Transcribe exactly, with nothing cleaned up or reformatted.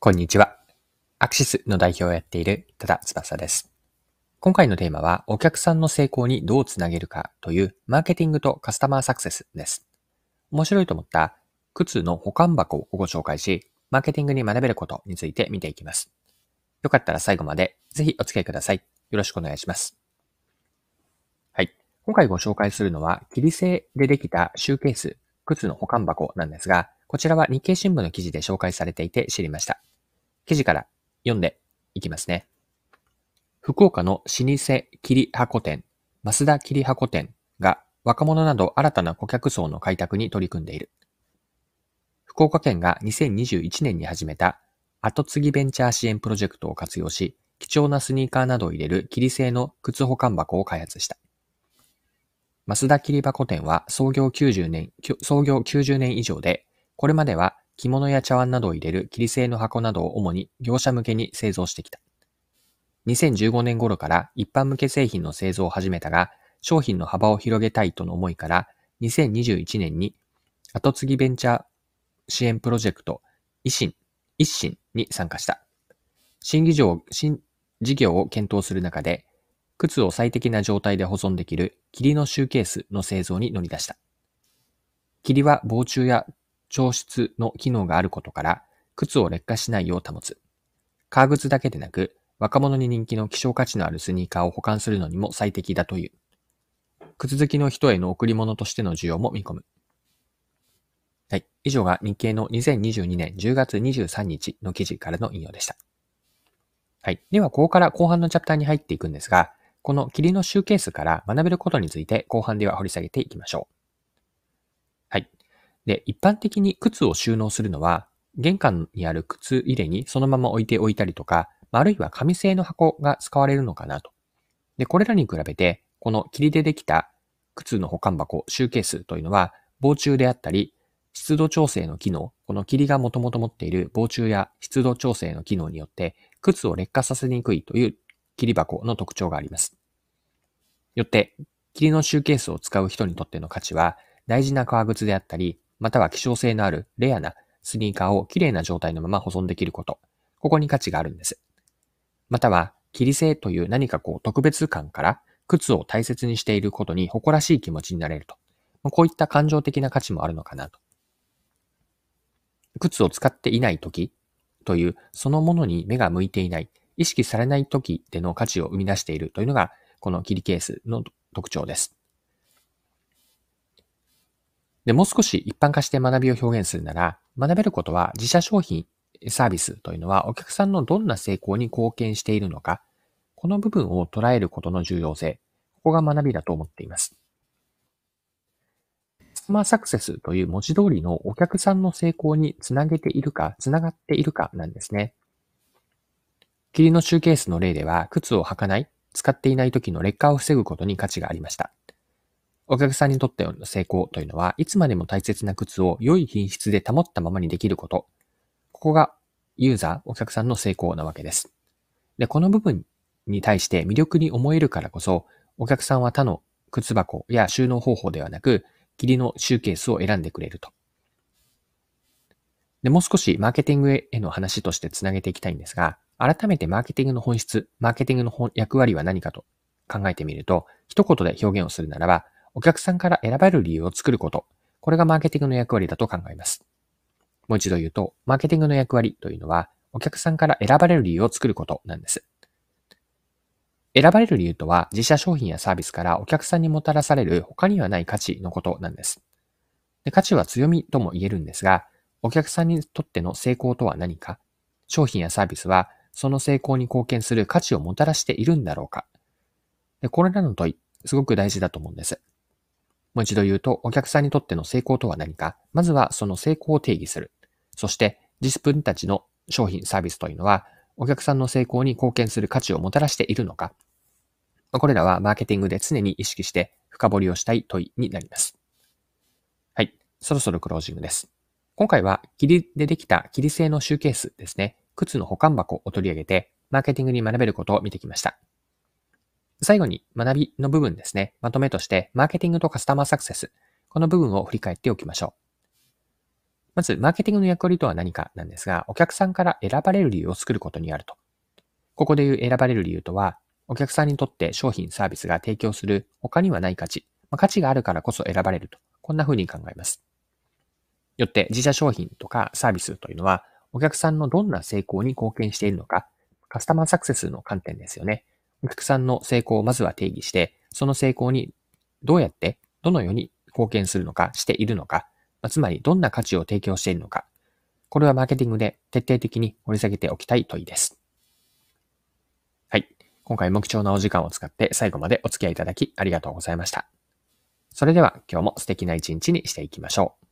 こんにちは。アクシスの代表をやっている多田翼です。今回のテーマは、お客さんの成功にどうつなげるかというマーケティングとカスタマーサクセスです。面白いと思った靴の保管箱をご紹介し、マーケティングに学べることについて見ていきます。よかったら最後までぜひお付き合いください。よろしくお願いします。はい。今回ご紹介するのは、キリ製でできたシューケース、靴の保管箱なんですが、こちらは日経新聞の記事で紹介されていて知りました。記事から読んでいきますね。福岡の老舗桐箱店、増田桐箱店が若者など新たな顧客層の開拓に取り組んでいる。福岡県がにせんにじゅういちねんに始めた後継ぎベンチャー支援プロジェクトを活用し、貴重なスニーカーなどを入れる桐製の靴保管箱を開発した。増田桐箱店は創業きゅうじゅうねん、創業きゅうじゅうねん以上で、これまでは着物や茶碗などを入れる桐製の箱などを主に業者向けに製造してきた。にせんじゅうごねん頃から一般向け製品の製造を始めたが、商品の幅を広げたいとの思いから、にせんにじゅういちねんに後継ぎベンチャー支援プロジェクト、維新、一新に参加した。新事業、新事業を検討する中で、靴を最適な状態で保存できる霧のシューケースの製造に乗り出した。霧は防虫や調湿の機能があることから、靴を劣化しないよう保つ。革靴だけでなく、若者に人気の希少価値のあるスニーカーを保管するのにも最適だという。靴好きの人への贈り物としての需要も見込む。はい。以上が日経のにせんにじゅうにねんじゅうがつにじゅうさんにちの記事からの引用でした。はい。では、ここから後半のチャプターに入っていくんですが、この霧のシューケースから学べることについて後半では掘り下げていきましょう。はい。で、一般的に靴を収納するのは、玄関にある靴入れにそのまま置いておいたりとか、あるいは紙製の箱が使われるのかなと。で、これらに比べて、この霧でできた靴の保管箱、シューケースというのは、防虫であったり、湿度調整の機能、この霧がもともと持っている防虫や湿度調整の機能によって、靴を劣化させにくいという霧箱の特徴があります。よって、霧のシューケースを使う人にとっての価値は、大事な革靴であったり、または希少性のあるレアなスニーカーをきれいな状態のまま保存できること。ここに価値があるんです。または、霧製という何かこう特別感から靴を大切にしていることに誇らしい気持ちになれると。こういった感情的な価値もあるのかなと。靴を使っていない時というそのものに目が向いていない、意識されない時での価値を生み出しているというのがこの霧ケースの特徴です。で、もう少し一般化して学びを表現するなら、学べることは自社商品、サービスというのはお客さんのどんな成功に貢献しているのか、この部分を捉えることの重要性、ここが学びだと思っています。カスタマーサクセスという文字通りのお客さんの成功につなげているか、つながっているかなんですね。霧のシューケースの例では、靴を履かない、使っていない時の劣化を防ぐことに価値がありました。お客さんにとっての成功というのは、いつまでも大切な靴を良い品質で保ったままにできること。ここがユーザー、お客さんの成功なわけです。で、この部分に対して魅力に思えるからこそ、お客さんは他の靴箱や収納方法ではなく、霧のシューケースを選んでくれると。で、もう少しマーケティングへの話としてつなげていきたいんですが、改めてマーケティングの本質、マーケティングの役割は何かと考えてみると、一言で表現をするならば、お客さんから選ばれる理由を作ること。これがマーケティングの役割だと考えます。もう一度言うと、マーケティングの役割というのは、お客さんから選ばれる理由を作ることなんです。選ばれる理由とは、自社商品やサービスからお客さんにもたらされる他にはない価値のことなんです。で、価値は強みとも言えるんですが、お客さんにとっての成功とは何か、商品やサービスはその成功に貢献する価値をもたらしているんだろうか。で、これらの問い、すごく大事だと思うんです。もう一度言うと、お客さんにとっての成功とは何か、まずはその成功を定義する。そして、自分たちの商品、サービスというのは、お客さんの成功に貢献する価値をもたらしているのか。これらはマーケティングで常に意識して深掘りをしたい問いになります。はい。そろそろクロージングです。今回は霧でできた霧製のシューケースですね。靴の保管箱を取り上げて、マーケティングに学べることを見てきました。最後に学びの部分ですね。まとめとして、マーケティングとカスタマーサクセス。この部分を振り返っておきましょう。 まず、マーケティングの役割とは何かなんですが、お客さんから選ばれる理由を作ることにあると。ここでいう選ばれる理由とは、お客さんにとって商品サービスが提供する他にはない価値、まあ、価値があるからこそ選ばれると。こんな風に考えます。よって自社商品とかサービスというのは、お客さんのどんな成功に貢献しているのか、カスタマーサクセスの観点ですよね。お客さんの成功をまずは定義して、その成功にどうやって、どのように貢献するのか、しているのか、まあ、つまりどんな価値を提供しているのか、これはマーケティングで徹底的に掘り下げておきたい問いです。はい。今回も貴重なお時間を使って最後までお付き合いいただきありがとうございました。それでは今日も素敵な一日にしていきましょう。